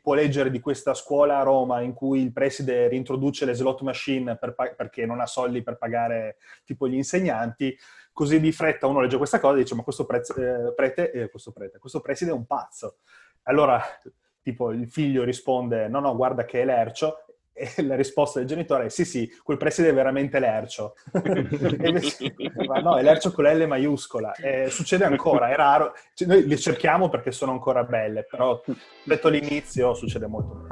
può leggere di questa scuola a Roma in cui il preside reintroduce le slot machine perché non ha soldi per pagare tipo gli insegnanti, così di fretta uno legge questa cosa e dice ma questo preside è un pazzo. Allora tipo il figlio risponde no, guarda che è lercio, e la risposta del genitore è sì, quel preside è veramente lercio. Ma no, è lercio con la L maiuscola. Succede ancora, è raro. Cioè, noi le cerchiamo perché sono ancora belle, però rispetto all'inizio succede molto.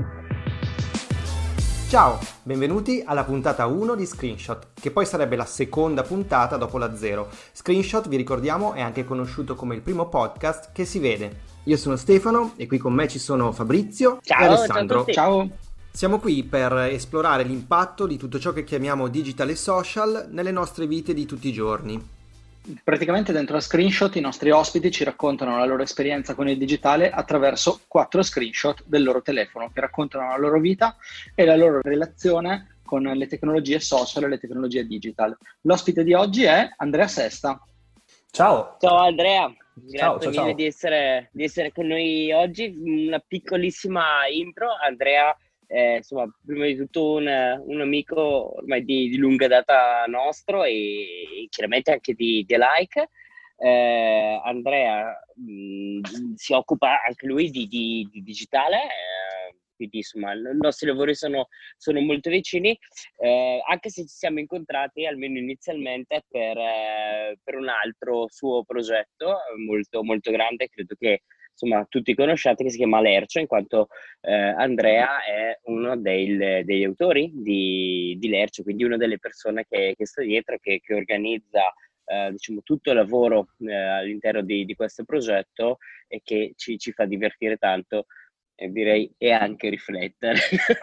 Ciao, benvenuti alla puntata 1 di Screenshot, che poi sarebbe la seconda puntata dopo la 0. Screenshot, vi ricordiamo, è anche conosciuto come il primo podcast che si vede. Io sono Stefano e qui con me ci sono Fabrizio e Alessandro. Ciao! Siamo qui per esplorare l'impatto di tutto ciò che chiamiamo digital e social nelle nostre vite di tutti i giorni. Praticamente dentro a Screenshot i nostri ospiti ci raccontano la loro esperienza con il digitale attraverso 4 screenshot del loro telefono che raccontano la loro vita e la loro relazione con le tecnologie social e le tecnologie digital. L'ospite di oggi è Andrea Sesta. Ciao! Ciao Andrea, grazie ciao. mille di essere con noi oggi. Una piccolissima intro. Andrea insomma, prima di tutto un amico ormai di lunga data nostro e chiaramente anche di Like. Andrea si occupa anche lui di digitale, quindi insomma i nostri lavori sono molto vicini, anche se ci siamo incontrati almeno inizialmente per un altro suo progetto molto, molto grande, credo che insomma tutti conosciate, che si chiama Lercio, in quanto Andrea è uno degli autori di Lercio, quindi una delle persone che sta dietro, che organizza diciamo tutto il lavoro all'interno di questo progetto e che ci fa divertire tanto e direi e anche riflettere.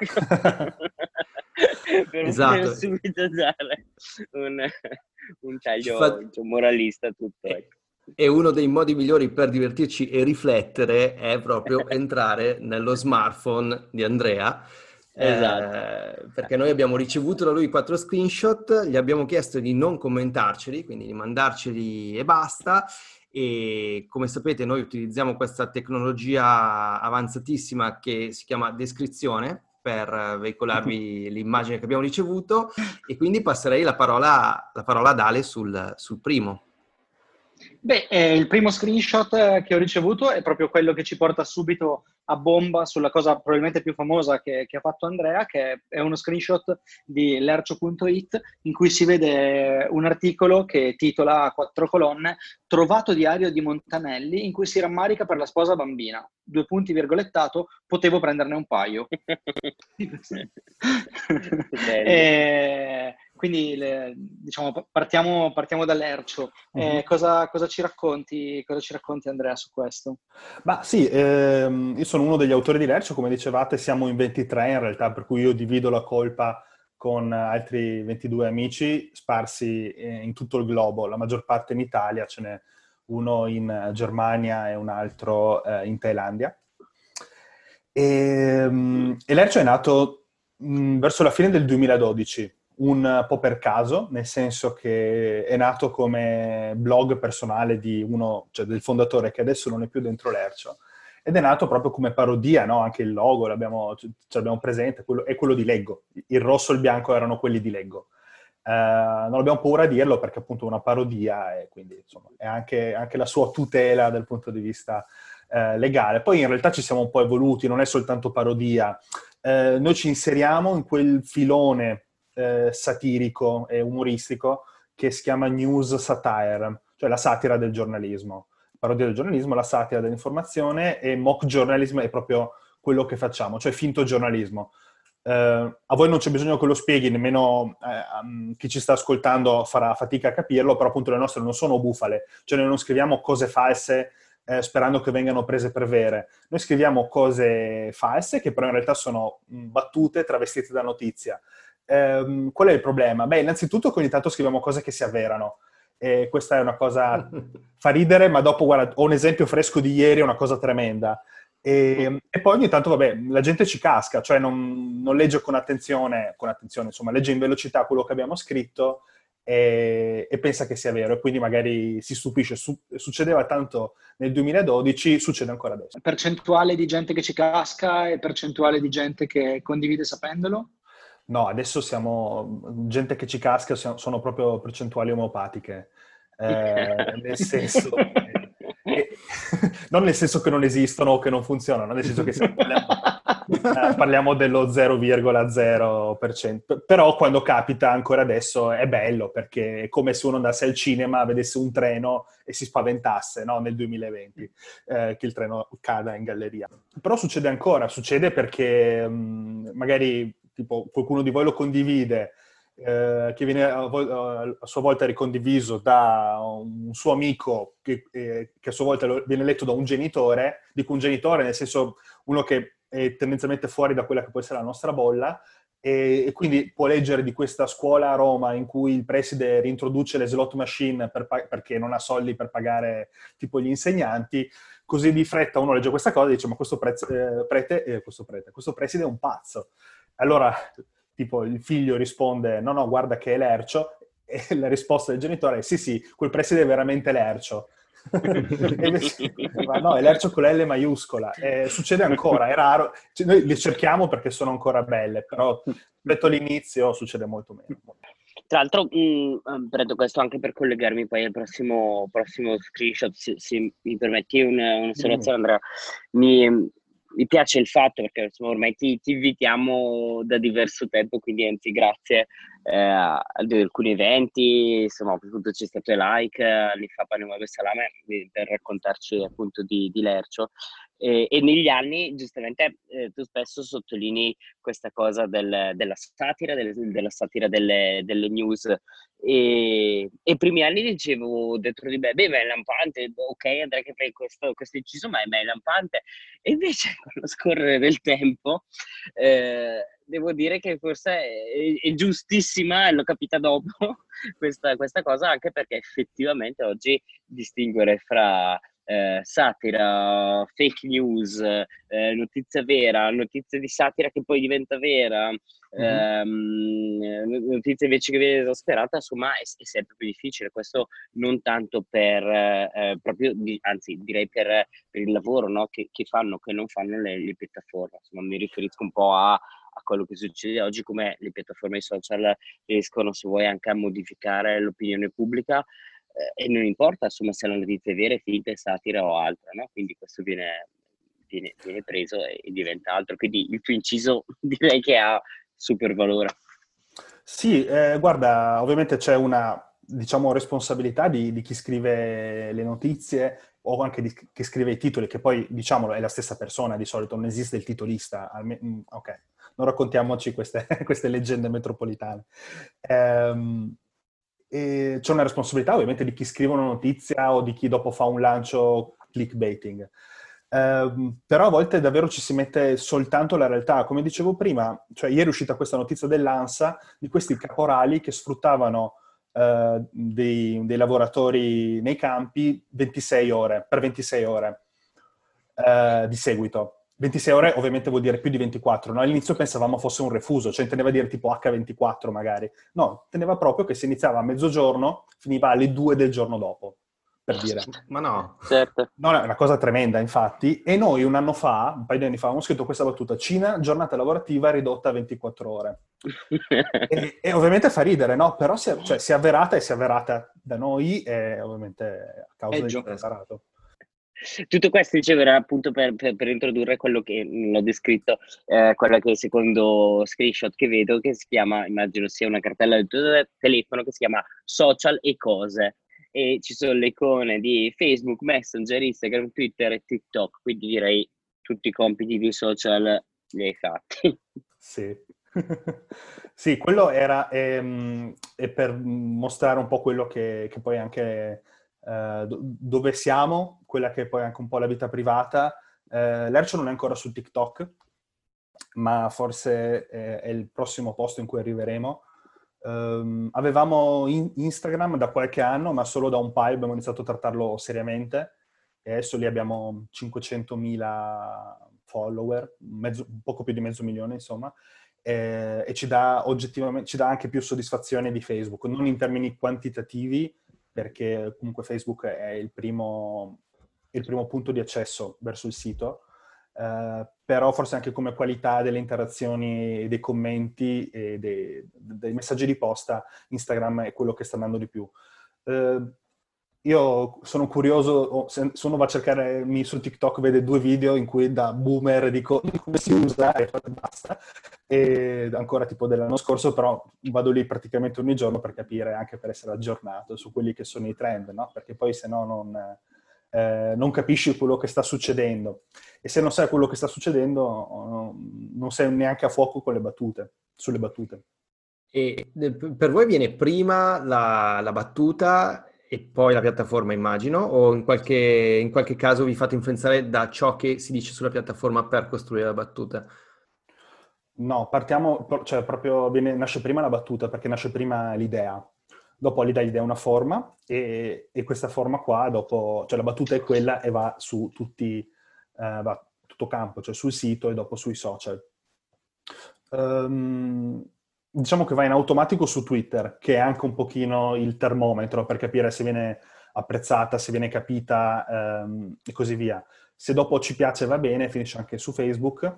Per Esatto. subito dare un taglio moralista a tutto, ecco. E uno dei modi migliori per divertirci e riflettere è proprio entrare nello smartphone di Andrea. Esatto. Perché noi abbiamo ricevuto da lui 4 screenshot, gli abbiamo chiesto di non commentarceli, quindi di mandarceli e basta. E come sapete noi utilizziamo questa tecnologia avanzatissima che si chiama descrizione per veicolarvi l'immagine che abbiamo ricevuto, e quindi passerei la parola ad Ale sul primo. Beh, il primo screenshot che ho ricevuto è proprio quello che ci porta subito a bomba sulla cosa probabilmente più famosa che ha fatto Andrea, che è uno screenshot di lercio.it in cui si vede un articolo che titola a 4 colonne "Trovato diario di Montanelli in cui si rammarica per la sposa bambina. 2 punti virgolettato, potevo prenderne un paio". Quindi diciamo partiamo da Lercio. Cosa ci racconti Andrea su questo? Ma sì, io sono uno degli autori di Lercio, come dicevate siamo in 23 in realtà, per cui io divido la colpa con altri 22 amici sparsi in tutto il globo, la maggior parte in Italia, ce n'è uno in Germania e un altro in Thailandia. E Lercio è nato verso la fine del 2012, un po' per caso, nel senso che è nato come blog personale di uno, cioè del fondatore, che adesso non è più dentro Lercio, ed è nato proprio come parodia, no? Anche il logo ce l'abbiamo presente, è quello di Leggo. Il rosso e il bianco erano quelli di Leggo. Non abbiamo paura a dirlo perché appunto è una parodia e quindi insomma è anche la sua tutela dal punto di vista legale. Poi in realtà ci siamo un po' evoluti, non è soltanto parodia. Noi ci inseriamo in quel filone satirico e umoristico che si chiama news satire, cioè la satira del giornalismo. Parodia del giornalismo, la satira dell'informazione, e mock journalism è proprio quello che facciamo, cioè finto giornalismo. A voi non c'è bisogno che lo spieghi, nemmeno chi ci sta ascoltando farà fatica a capirlo, però appunto le nostre non sono bufale, cioè noi non scriviamo cose false sperando che vengano prese per vere. Noi scriviamo cose false che però in realtà sono battute travestite da notizia. Qual è il problema? Beh, innanzitutto che ogni tanto scriviamo cose che si avverano. E questa è una cosa, fa ridere, ma dopo, guarda, ho un esempio fresco di ieri, è una cosa tremenda. E poi ogni tanto, vabbè, la gente ci casca, cioè non legge con attenzione, insomma, legge in velocità quello che abbiamo scritto e pensa che sia vero, e quindi magari si stupisce. Succedeva tanto nel 2012, succede ancora adesso. Percentuale di gente che ci casca e percentuale di gente che condivide sapendolo? No, adesso siamo gente che ci casca, sono proprio percentuali omeopatiche, nel senso non nel senso che non esistono o che non funzionano, nel senso che parliamo dello 0,0%, però quando capita ancora adesso è bello, perché è come se uno andasse al cinema, vedesse un treno e si spaventasse, no? Nel 2020, che il treno cada in galleria. Però succede ancora, succede perché magari tipo qualcuno di voi lo condivide, che viene a sua volta ricondiviso da un suo amico che a sua volta viene letto da un genitore, dico un genitore nel senso uno che è tendenzialmente fuori da quella che può essere la nostra bolla, e quindi può leggere di questa scuola a Roma in cui il preside reintroduce le slot machine perché non ha soldi per pagare tipo gli insegnanti. Così di fretta uno legge questa cosa e dice: ma questo preside è un pazzo. Allora, tipo, il figlio risponde: no, guarda che è lercio, e la risposta del genitore è: sì, quel preside è veramente lercio. E invece, ma no, è lercio con l'L maiuscola. Succede ancora, è raro. Noi le cerchiamo perché sono ancora belle, però rispetto all'inizio succede molto meno. Tra l'altro, prendo questo anche per collegarmi poi al prossimo screenshot, se mi permetti un'osservazione, Andrea. Mi piace il fatto, perché insomma, ormai ti invitiamo da diverso tempo, quindi anzi grazie ad alcuni eventi, insomma, appunto c'è stato like, anni fa Pane Uova e Salame, per raccontarci appunto di Lercio. E negli anni, giustamente, tu spesso sottolinei questa cosa della satira, della satira delle news. E i primi anni dicevo dentro di me: beh, ma è lampante, ok Andrea che fai questo inciso, ma è lampante. E invece con lo scorrere del tempo devo dire che forse è giustissima, e l'ho capita dopo, questa cosa, anche perché effettivamente oggi distinguere fra satira, fake news, notizia vera, notizia di satira che poi diventa vera, notizia invece che viene esasperata, insomma è sempre più difficile. Questo non tanto per proprio, anzi direi per il lavoro, no? che fanno, che non fanno le piattaforme. Insomma, mi riferisco un po' a quello che succede oggi, come le piattaforme social riescono, se vuoi, anche a modificare l'opinione pubblica, e non importa insomma se la notizia è vera, finta, satira o altro, no? Quindi questo viene preso e diventa altro. Quindi il tuo inciso direi che ha super valore. Sì, guarda, ovviamente c'è una, diciamo, responsabilità di chi scrive le notizie o anche di chi scrive i titoli, che poi, diciamolo, è la stessa persona di solito, non esiste il titolista. Ok, non raccontiamoci queste leggende metropolitane. E c'è una responsabilità ovviamente di chi scrive una notizia o di chi dopo fa un lancio clickbaiting. Però a volte davvero ci si mette soltanto la realtà. Come dicevo prima, cioè ieri è uscita questa notizia dell'ANSA di questi caporali che sfruttavano dei lavoratori nei campi 26 ore, per 26 ore di seguito. 26 ore ovviamente vuol dire più di 24, no? All'inizio pensavamo fosse un refuso, cioè intendeva dire tipo H24 magari. No, intendeva proprio che si iniziava a mezzogiorno, finiva alle 2 del giorno dopo, per dire. Ma no. Certo. No, è una cosa tremenda, infatti. E noi un paio di anni fa, avevamo scritto questa battuta: Cina, giornata lavorativa ridotta a 24 ore. E ovviamente fa ridere, no? Però si è avverata, e si è avverata da noi, e ovviamente a causa del preparato. Tutto questo, dicevo, era appunto per introdurre quello che l'ho descritto, quello che è il secondo screenshot che vedo, che si chiama, immagino sia una cartella del tuo telefono, che si chiama Social e Cose. E ci sono le icone di Facebook, Messenger, Instagram, Twitter e TikTok, quindi direi tutti i compiti di social li hai fatti. Sì. Sì, quello era è per mostrare un po' quello che poi anche dove siamo, quella che poi è anche un po' la vita privata. Lercio non è ancora su TikTok, ma forse è il prossimo posto in cui arriveremo. Avevamo Instagram da qualche anno, ma solo da un paio abbiamo iniziato a trattarlo seriamente, e adesso lì abbiamo 500.000 follower, poco più di 500.000, insomma. e ci dà oggettivamente, ci dà anche più soddisfazione di Facebook, non in termini quantitativi, perché comunque Facebook è il primo punto di accesso verso il sito, però forse anche come qualità delle interazioni, dei commenti e dei messaggi di posta, Instagram è quello che sta andando di più. Io sono curioso, se uno va a cercarmi su TikTok vede 2 video in cui da boomer dico come si usa e poi basta, e ancora tipo dell'anno scorso, però vado lì praticamente ogni giorno per capire, anche per essere aggiornato su quelli che sono i trend, no? Perché poi se no non capisci quello che sta succedendo, e se non sai quello che sta succedendo non sei neanche a fuoco con sulle battute. E per voi viene prima la battuta e poi la piattaforma, immagino, o in qualche caso vi fate influenzare da ciò che si dice sulla piattaforma per costruire la battuta? No, cioè proprio nasce prima la battuta, perché nasce prima l'idea. Dopo l'idea è una forma, e questa forma qua, dopo, cioè la battuta è quella e va su va tutto campo, cioè sul sito e dopo sui social. Diciamo che va in automatico su Twitter, che è anche un pochino il termometro per capire se viene apprezzata, se viene capita, e così via. Se dopo ci piace va bene, finisce anche su Facebook,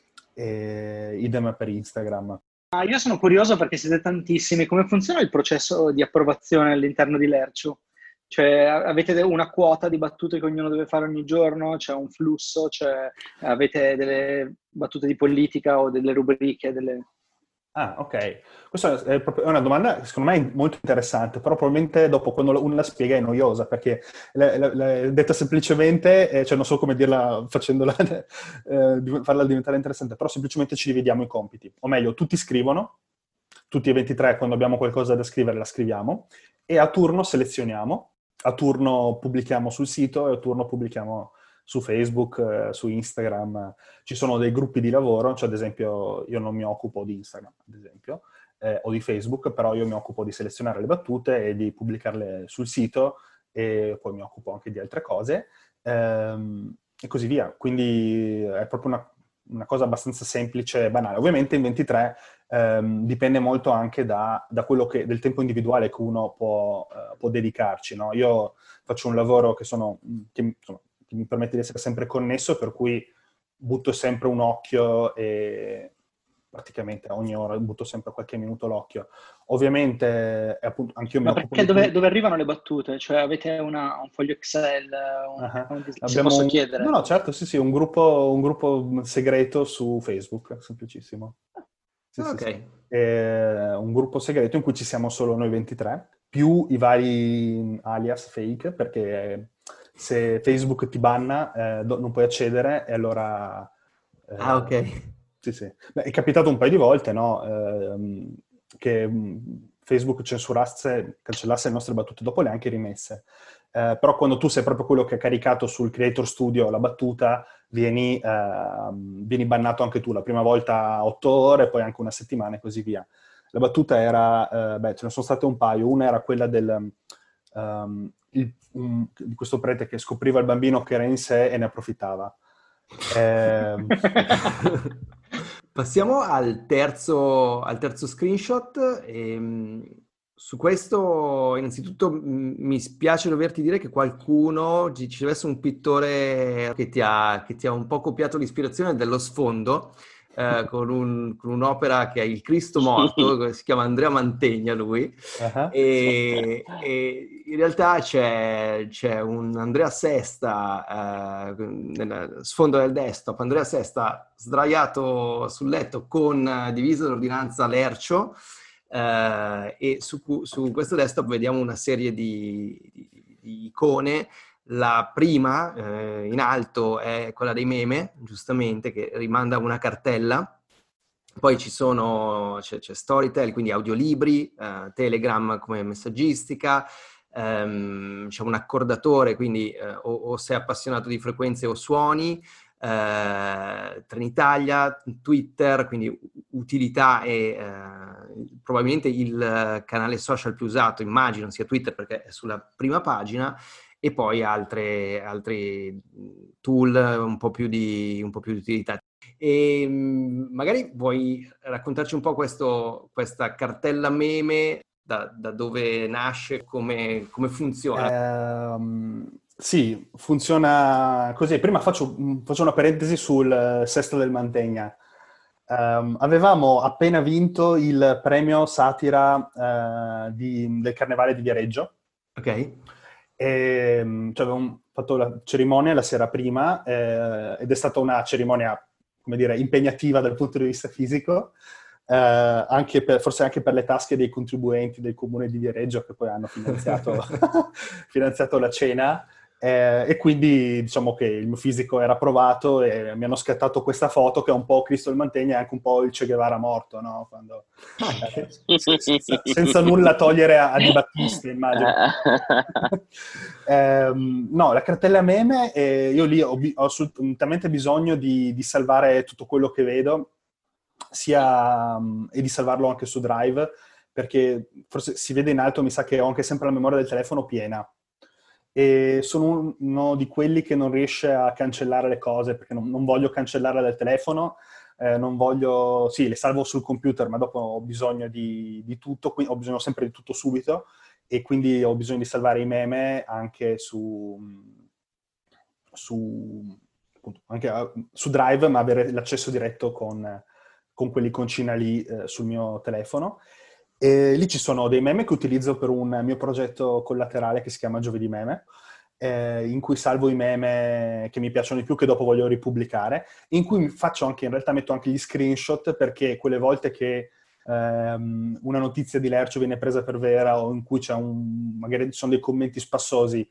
e idem per Instagram. Io sono curioso perché siete tantissimi. Come funziona il processo di approvazione all'interno di Lercio? Cioè, avete una quota di battute che ognuno deve fare ogni giorno? C'è un flusso? Avete delle battute di politica o delle rubriche? Ah, ok. Questa è una domanda, secondo me, molto interessante, però probabilmente dopo, quando uno la spiega, è noiosa, perché detta semplicemente, cioè non so come dirla facendola, farla diventare interessante, però semplicemente ci dividiamo i compiti. O meglio, tutti scrivono, tutti e 23, quando abbiamo qualcosa da scrivere, la scriviamo, e a turno selezioniamo, a turno pubblichiamo sul sito e a turno pubblichiamo su Facebook, su Instagram. Ci sono dei gruppi di lavoro, cioè ad esempio io non mi occupo di Instagram, ad esempio, o di Facebook, però io mi occupo di selezionare le battute e di pubblicarle sul sito, e poi mi occupo anche di altre cose, e così via. Quindi è proprio una cosa abbastanza semplice e banale. Ovviamente in 23 dipende molto anche del tempo individuale che uno può dedicarci, no? Io faccio un lavoro che mi permette di essere sempre connesso, per cui butto sempre un occhio, e praticamente a ogni ora butto sempre qualche minuto l'occhio. Ovviamente, appunto, anch'io mi Ma occupo perché dove arrivano le battute? Cioè, avete un foglio Excel? Se posso chiedere? No, certo, sì, un gruppo segreto su Facebook, semplicissimo. Sì, Ok. sì. Un gruppo segreto in cui ci siamo solo noi 23, più i vari alias fake, perché se Facebook ti banna, non puoi accedere, e allora... Ok. Sì, sì. Beh, è capitato un paio di volte, no? Che Facebook cancellasse le nostre battute, dopo le ha anche rimesse. Però quando tu sei proprio quello che ha caricato sul Creator Studio la battuta, vieni bannato anche tu. La prima volta 8 ore, poi anche una settimana e così via. La battuta era, ce ne sono state un paio. Una era quella di questo prete che scopriva il bambino che era in sé e ne approfittava. Passiamo al terzo screenshot. Su questo, innanzitutto, mi spiace doverti dire che ci deve essere un pittore che ti ha un po' copiato l'ispirazione dello sfondo, con un'opera che è il Cristo morto, si chiama Andrea Mantegna lui, e in realtà c'è un Andrea Sesta nel sfondo del desktop, Andrea Sesta sdraiato sul letto con divisa dell'ordinanza Lercio, e su questo desktop vediamo una serie di icone. La prima, in alto, è quella dei meme, giustamente, che rimanda a una cartella. Poi c'è Storytel, quindi audiolibri, Telegram come messaggistica, c'è un accordatore, quindi o sei appassionato di frequenze o suoni, Trenitalia, Twitter, quindi utilità, e probabilmente il canale social più usato, immagino, sia Twitter, perché è sulla prima pagina, e poi altri tool un po' più di utilità. E magari vuoi raccontarci un po' questa cartella meme, da dove nasce, come funziona? Sì, funziona così. Prima faccio una parentesi sul Sesto del Mantegna. Avevamo appena vinto il premio Satira del Carnevale di Viareggio. Ok. Cioè avevamo fatto la cerimonia la sera prima ed è stata una cerimonia, come dire, impegnativa dal punto di vista fisico, forse anche per le tasche dei contribuenti del comune di Viareggio che poi hanno finanziato la cena. E quindi diciamo che il mio fisico era provato e mi hanno scattato questa foto che è un po' Cristo del Mantegna e anche un po' il Che Guevara morto, no? Quando, senza nulla togliere a Di Battista, immagino. No, la cartella meme, io lì ho assolutamente bisogno di salvare tutto quello che vedo, e di salvarlo anche su Drive, perché forse si vede in alto, mi sa che ho anche sempre la memoria del telefono piena. E sono uno di quelli che non riesce a cancellare le cose, perché non voglio cancellarle dal telefono, non voglio... Sì, le salvo sul computer, ma dopo ho bisogno di tutto, quindi ho bisogno sempre di tutto subito, e quindi ho bisogno di salvare i meme anche anche su Drive, ma avere l'accesso diretto con quell'iconcina lì sul mio telefono. E lì ci sono dei meme che utilizzo per un mio progetto collaterale che si chiama Giovedì Meme, in cui salvo i meme che mi piacciono di più, che dopo voglio ripubblicare, in cui in realtà metto anche gli screenshot, perché quelle volte che una notizia di Lercio viene presa per vera, o in cui magari ci sono dei commenti spassosi,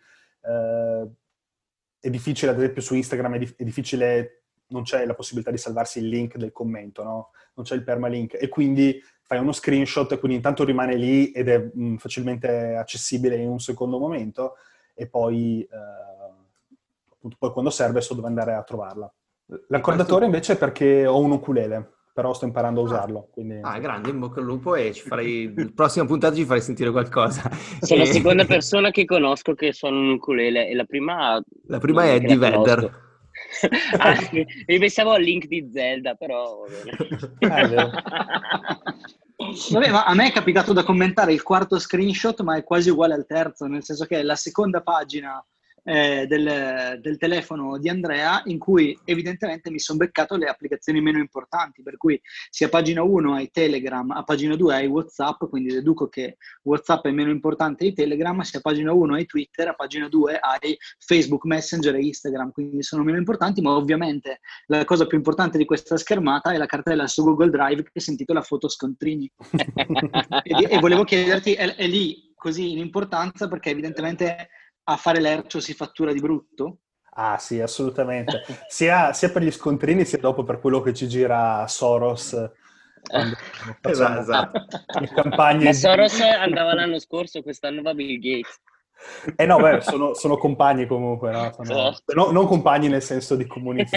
è difficile, ad esempio su Instagram è difficile, non c'è la possibilità di salvarsi il link del commento, no? Non c'è il permalink, e quindi fai uno screenshot, quindi intanto rimane lì ed è facilmente accessibile in un secondo momento, e poi, appunto, poi quando serve so dove andare a trovarla. L'accordatore invece è perché ho un ukulele, però sto imparando a usarlo. Quindi... grande, in bocca al lupo, e la prossima puntata ci farai sentire qualcosa. Sono la seconda persona che conosco che suona un ukulele, e la prima è Eddie Vedder. Io pensavo al Link di Zelda, però va bene. Vabbè, ma a me è capitato da commentare il quarto screenshot, ma è quasi uguale al terzo, nel senso che è la seconda pagina del telefono di Andrea, in cui evidentemente mi sono beccato le applicazioni meno importanti, per cui se a pagina 1 hai Telegram, a pagina 2 hai WhatsApp, quindi deduco che WhatsApp è meno importante di Telegram, se a pagina 1 hai Twitter, a pagina 2 hai Facebook Messenger e Instagram, quindi sono meno importanti, ma ovviamente la cosa più importante di questa schermata è la cartella su Google Drive che si intitola Foto Scontrini. e volevo chiederti, è lì così in importanza perché evidentemente a fare Lercio si fattura di brutto? Ah sì, assolutamente. Sia per gli scontrini, sia dopo per quello che ci gira Soros. Esatto. Le campagne. Ma Soros andava l'anno scorso, quest'anno va Bill Gates. No, beh, sono compagni comunque, no? Non compagni nel senso di comunità.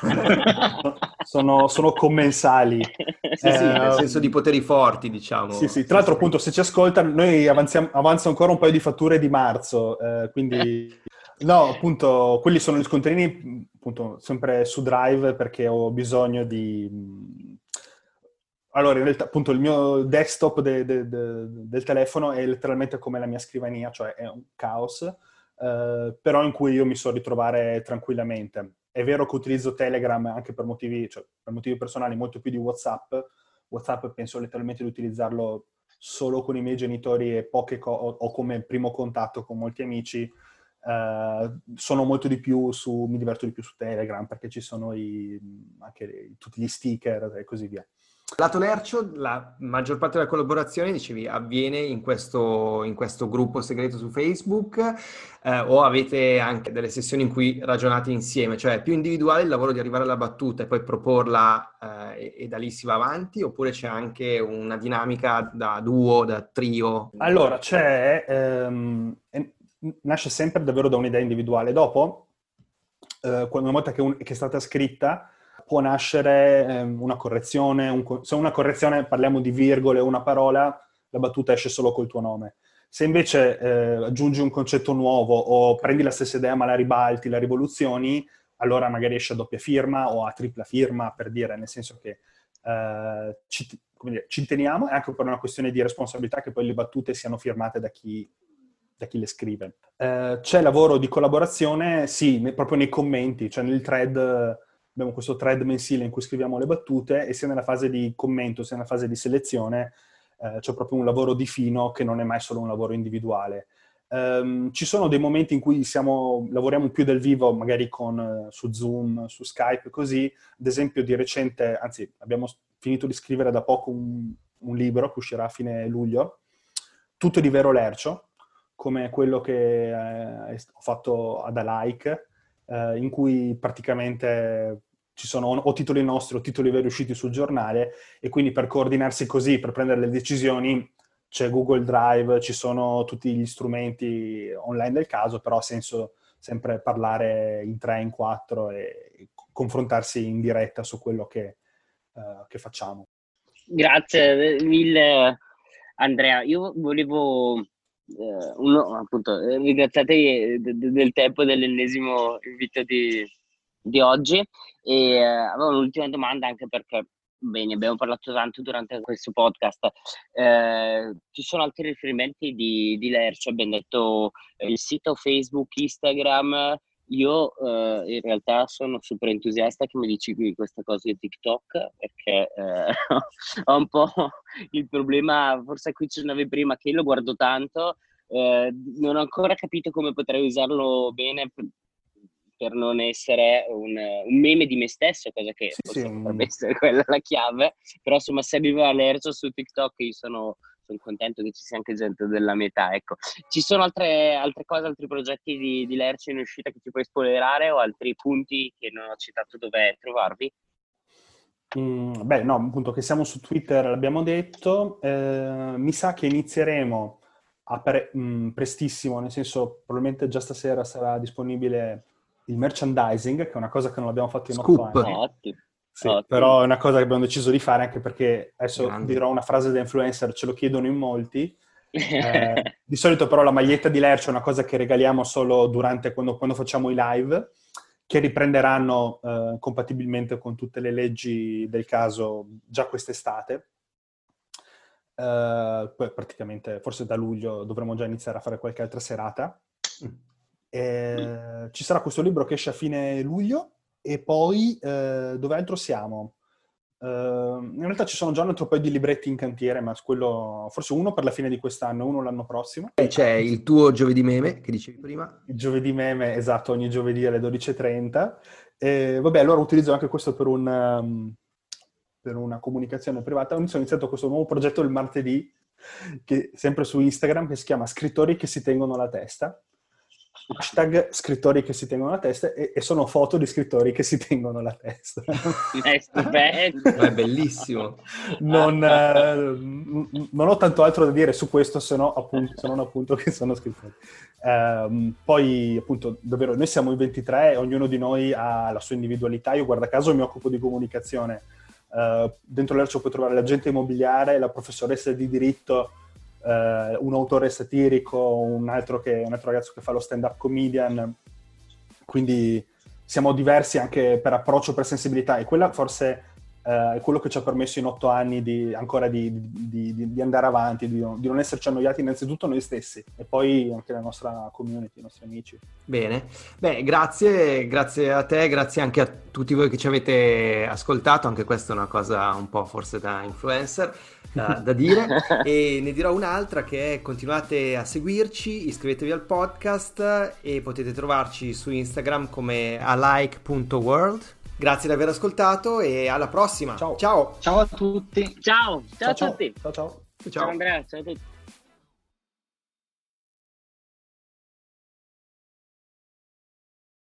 sono commensali. Sì, nel senso di poteri forti, diciamo. Sì. Tra l'altro, appunto, se ci ascoltano, noi avanza ancora un paio di fatture di marzo, quindi... No, appunto, quelli sono gli scontrini, appunto, sempre su Drive, perché ho bisogno di... Allora, in realtà, appunto, il mio desktop del telefono è letteralmente come la mia scrivania, cioè è un caos, però in cui io mi so ritrovare tranquillamente. È vero che utilizzo Telegram anche per motivi personali, molto più di WhatsApp. WhatsApp penso letteralmente di utilizzarlo solo con i miei genitori e o come primo contatto con molti amici. Sono molto di più mi diverto di più su Telegram, perché ci sono anche tutti gli sticker e così via. Lato Lercio, la maggior parte della collaborazione, dicevi, avviene in questo gruppo segreto su Facebook, o avete anche delle sessioni in cui ragionate insieme, cioè è più individuale il lavoro di arrivare alla battuta e poi proporla e da lì si va avanti, oppure c'è anche una dinamica da duo, da trio? Allora, nasce sempre davvero da un'idea individuale. Dopo, una volta che è stata scritta, può nascere una correzione. Se una correzione, parliamo di virgole o una parola, la battuta esce solo col tuo nome. Se invece aggiungi un concetto nuovo o prendi la stessa idea ma la ribalti, la rivoluzioni, allora magari esce a doppia firma o a tripla firma, per dire, nel senso che ci teniamo, è anche per una questione di responsabilità che poi le battute siano firmate da chi le scrive. C'è lavoro di collaborazione, sì, proprio nei commenti, cioè nel thread, abbiamo questo thread mensile in cui scriviamo le battute, e sia nella fase di commento sia nella fase di selezione c'è proprio un lavoro di fino che non è mai solo un lavoro individuale. Ci sono dei momenti in cui lavoriamo più dal vivo, magari su Zoom, su Skype, così. Ad esempio di recente, anzi abbiamo finito di scrivere da poco un libro che uscirà a fine luglio, tutto di Vero Lercio, come quello che ho fatto ad Alike, in cui praticamente ci sono o titoli nostri o titoli veri usciti sul giornale, e quindi per coordinarsi così, per prendere le decisioni, c'è Google Drive, ci sono tutti gli strumenti online del caso, però ha senso sempre parlare in 3, in 4 e confrontarsi in diretta su quello che facciamo. Grazie mille Andrea. Io volevo appunto ringraziarti del tempo dell'ennesimo invito di oggi, e avevo un'ultima domanda, anche perché bene, abbiamo parlato tanto durante questo podcast. Ci sono altri riferimenti di Lercio? Abbiamo detto il sito Facebook, Instagram. Io in realtà sono super entusiasta che mi dici questa cosa di TikTok, perché ho un po' il problema, forse qui ce n'avevi prima, che lo guardo tanto, non ho ancora capito come potrei usarlo bene per non essere un meme di me stesso, cosa che forse potrebbe essere quella la chiave, però insomma se arrivo a Lercio su TikTok io sono contento che ci sia anche gente della mia età, ecco. Ci sono altre cose, altri progetti di Lercio in uscita che ci puoi spoilerare, o altri punti che non ho citato dove trovarvi? Beh, no, appunto che siamo su Twitter l'abbiamo detto, mi sa che inizieremo prestissimo, nel senso probabilmente già stasera sarà disponibile il merchandising, che è una cosa che non abbiamo fatto in 8 anni. Sì, però è una cosa che abbiamo deciso di fare, anche perché adesso dirò una frase da influencer, ce lo chiedono in molti. Di solito però la maglietta di Lercio è una cosa che regaliamo solo durante quando facciamo i live, che riprenderanno compatibilmente con tutte le leggi del caso già quest'estate. Poi praticamente forse da luglio dovremo già iniziare a fare qualche altra serata. Ci sarà questo libro che esce a fine luglio, e poi dove altro siamo? In realtà ci sono già un altro paio di libretti in cantiere, ma quello forse uno per la fine di quest'anno, uno l'anno prossimo. E c'è il tuo giovedì meme che dicevi prima. Il giovedì meme, esatto, ogni giovedì alle 12:30. Vabbè, allora utilizzo anche questo per una comunicazione privata. Ho iniziato questo nuovo progetto il martedì, che sempre su Instagram, che si chiama Scrittori che si tengono la testa. Hashtag scrittori che si tengono la testa, e sono foto di scrittori che si tengono la testa. È stupendo. È bellissimo. Non ho tanto altro da dire su questo, se non appunto che sono scrittori. Poi appunto davvero noi siamo in 23, ognuno di noi ha la sua individualità. Io guarda caso mi occupo di comunicazione. Dentro Lercio puoi trovare l'agente immobiliare, la professoressa di diritto, un autore satirico, un altro ragazzo che fa lo stand-up comedian, quindi siamo diversi anche per approccio, per sensibilità, e quella forse è quello che ci ha permesso in 8 anni di andare avanti, di non esserci annoiati innanzitutto noi stessi, e poi anche la nostra community, i nostri amici. Bene, beh, grazie a te, grazie anche a tutti voi che ci avete ascoltato, anche questa è una cosa un po' forse da influencer da dire, e ne dirò un'altra, che è: continuate a seguirci, iscrivetevi al podcast e potete trovarci su Instagram come alike.world. Grazie di aver ascoltato e alla prossima. Ciao. Ciao. Ciao a tutti. Ciao a tutti. Ciao. Ciao Andrea, ciao a tutti.